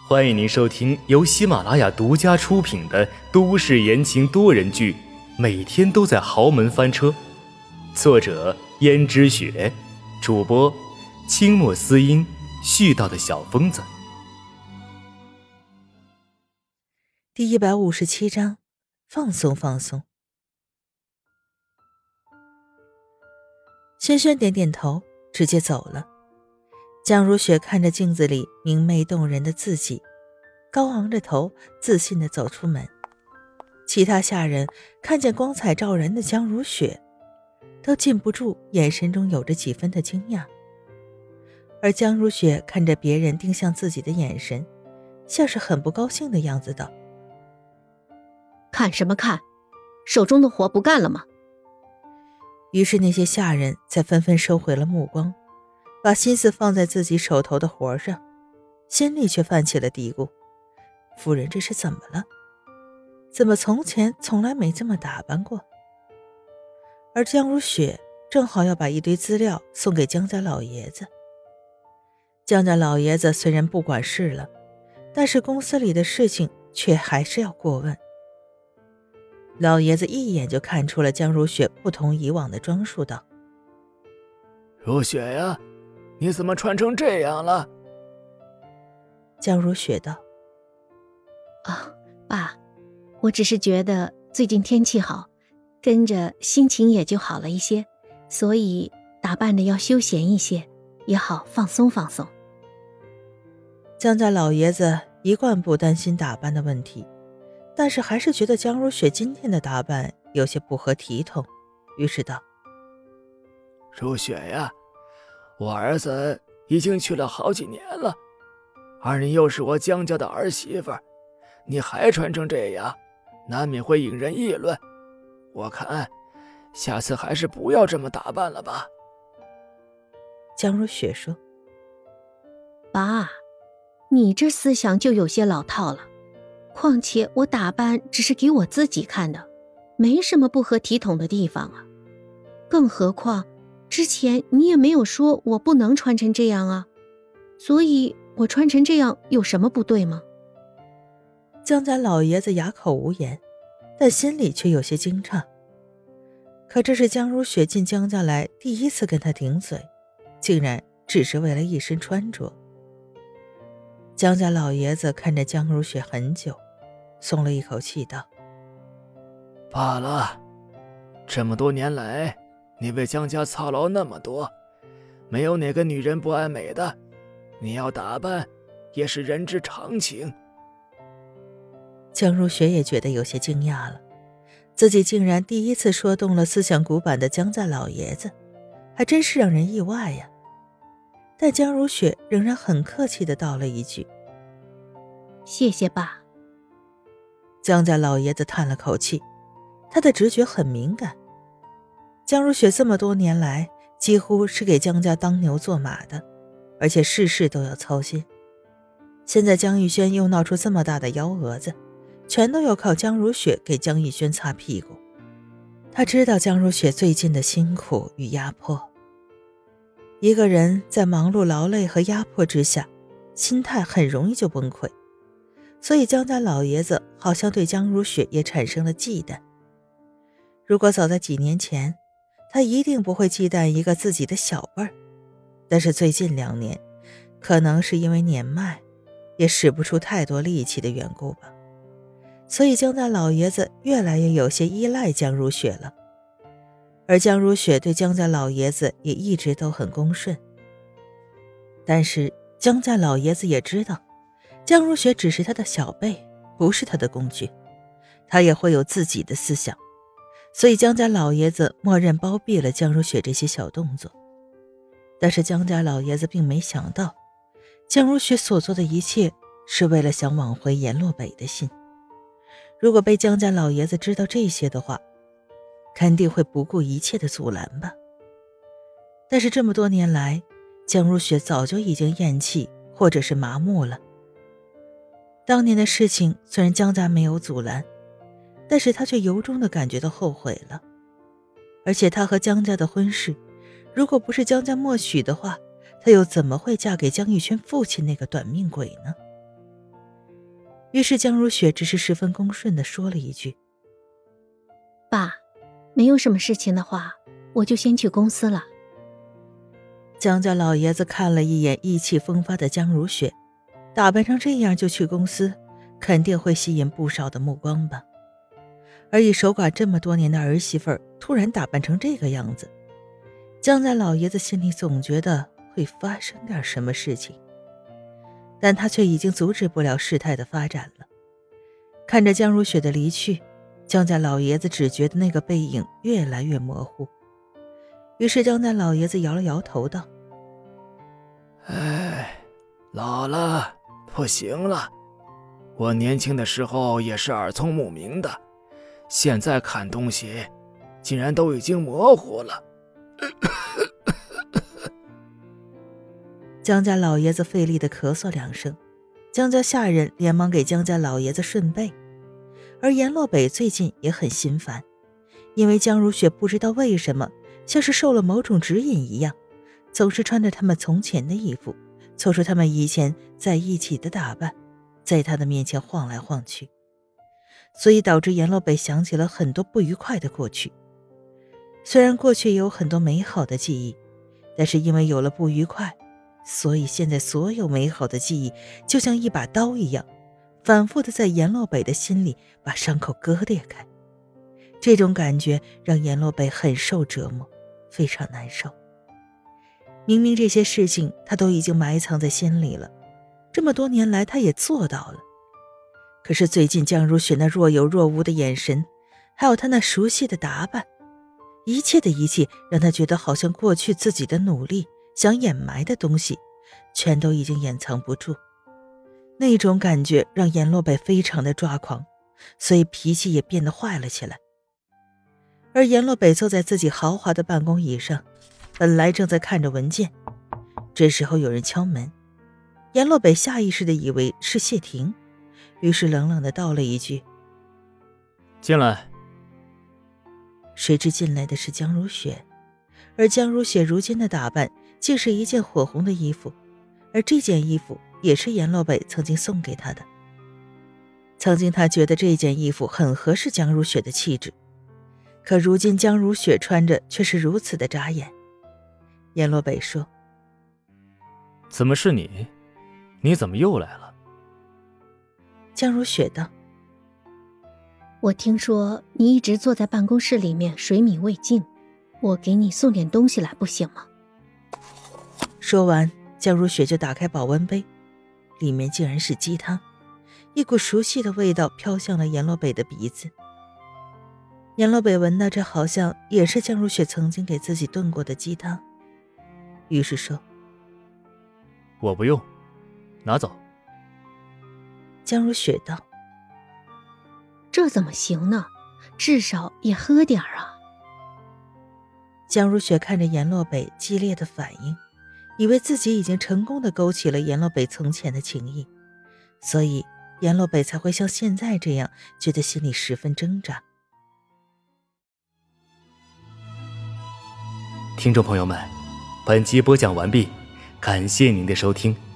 欢迎您收听由喜马拉雅独家出品的都市言情多人剧《每天都在豪门翻车》，作者胭脂雪，主播清墨思音，絮叨的小疯子。 第157章，放松放松。轩轩点点头，直接走了。江如雪看着镜子里明媚动人的自己，高昂着头，自信地走出门。其他下人看见光彩照人的江如雪，都禁不住眼神中有着几分的惊讶。而江如雪看着别人盯向自己的眼神，像是很不高兴的样子道： 看什么看？手中的活不干了吗？ 于是那些下人才纷纷收回了目光，把心思放在自己手头的活上，心里却泛起了嘀咕：夫人这是怎么了？怎么从前从来没这么打扮过？而江如雪正好要把一堆资料送给江家老爷子。江家老爷子虽然不管事了，但是公司里的事情却还是要过问。老爷子一眼就看出了江如雪不同以往的装束，道： 如雪呀，你怎么穿成这样了？ 江如雪道： 爸，我只是觉得最近天气好，跟着心情也就好了一些，所以打扮的要休闲一些，也好放松放松。 江家老爷子一贯不担心打扮的问题，但是还是觉得江如雪今天的打扮有些不合体统，于是道： 如雪呀，我儿子已经去了好几年了，而你又是我江家的儿媳妇，你还穿成这样，难免会引人议论。我看下次还是不要这么打扮了吧。 江如雪说： 爸，你这思想就有些老套了，况且我打扮只是给我自己看的，没什么不合体统的地方啊。更何况之前你也没有说我不能穿成这样啊，所以我穿成这样有什么不对吗？ 江家老爷子哑口无言，但心里却有些惊诧。可这是江如雪进江家来第一次跟他顶嘴，竟然只是为了一身穿着。江家老爷子看着江如雪很久，松了一口气道： 罢了，这么多年来你为江家操劳那么多，没有哪个女人不爱美的，你要打扮也是人之常情。 江如雪也觉得有些惊讶了，自己竟然第一次说动了思想古板的江家老爷子，还真是让人意外呀。但江如雪仍然很客气地道了一句： 谢谢爸。 江家老爷子叹了口气，他的直觉很敏感。江如雪这么多年来几乎是给江家当牛做马的，而且事事都要操心。现在江玉轩又闹出这么大的幺蛾子，全都要靠江如雪给江玉轩擦屁股。他知道江如雪最近的辛苦与压迫，一个人在忙碌劳累和压迫之下，心态很容易就崩溃，所以江家老爷子好像对江如雪也产生了忌惮。如果早在几年前，他一定不会忌惮一个自己的小辈儿，但是最近2年，可能是因为年迈，也使不出太多力气的缘故吧，所以江家老爷子越来越有些依赖江如雪了。而江如雪对江家老爷子也一直都很恭顺，但是江家老爷子也知道，江如雪只是他的小辈，不是他的工具，他也会有自己的思想，所以江家老爷子默认包庇了江如雪这些小动作。但是江家老爷子并没想到，江如雪所做的一切是为了想挽回阎洛北的心。如果被江家老爷子知道这些的话，肯定会不顾一切的阻拦吧。但是这么多年来，江如雪早就已经厌弃或者是麻木了。当年的事情虽然江家没有阻拦，但是他却由衷地感觉到后悔了。而且他和江家的婚事，如果不是江家默许的话，他又怎么会嫁给江玉轩父亲那个短命鬼呢？ 于是江如雪只是十分恭顺地说了一句： 爸，没有什么事情的话，我就先去公司了。 江家老爷子看了一眼意气风发的江如雪，打扮成这样就去公司，肯定会吸引不少的目光吧。而已守寡这么多年的儿媳妇突然打扮成这个样子，江家老爷子心里总觉得会发生点什么事情，但他却已经阻止不了事态的发展了。看着江如雪的离去，江家老爷子只觉得那个背影越来越模糊。于是江家老爷子摇了摇头道： 哎，老了，不行了。我年轻的时候也是耳聪目明的，现在看东西竟然都已经模糊了。 江家老爷子费力地咳嗽2声，江家下人连忙给江家老爷子顺背。而阎洛北最近也很心烦，因为江如雪不知道为什么像是受了某种指引一样，总是穿着他们从前的衣服，凑出他们以前在一起的打扮，在他的面前晃来晃去，所以导致阎洛北想起了很多不愉快的过去。虽然过去也有很多美好的记忆，但是因为有了不愉快，所以现在所有美好的记忆就像一把刀一样，反复地在阎洛北的心里把伤口割裂开。这种感觉让阎洛北很受折磨，非常难受。明明这些事情他都已经埋藏在心里了，这么多年来他也做到了，可是最近江如雪那若有若无的眼神，还有他那熟悉的打扮，一切的一切让他觉得好像过去自己的努力想掩埋的东西全都已经掩藏不住。那种感觉让阎洛北非常的抓狂，所以脾气也变得坏了起来。而阎洛北坐在自己豪华的办公椅上，本来正在看着文件，这时候有人敲门，阎洛北下意识地以为是谢霆，于是冷冷地道了一句： 进来。 谁知进来的是江如雪，而江如雪如今的打扮竟是一件火红的衣服，而这件衣服也是阎洛北曾经送给他的。曾经他觉得这件衣服很合适江如雪的气质，可如今江如雪穿着却是如此的扎眼。阎洛北说： 怎么是你？你怎么又来了？ 江如雪道： 我听说你一直坐在办公室里面水米未进，我给你送点东西来不行吗？ 说完，江如雪就打开保温杯，里面竟然是鸡汤，一股熟悉的味道飘向了阎洛北的鼻子。阎洛北闻到这好像也是江如雪曾经给自己炖过的鸡汤，于是说： 我不用，拿走。 江如雪道： 这怎么行呢？至少也喝点啊。 江如雪看着阎洛北激烈的反应，以为自己已经成功地勾起了阎洛北从前的情谊，所以阎洛北才会像现在这样觉得心里十分挣扎。 听众朋友们，本集播讲完毕，感谢您的收听。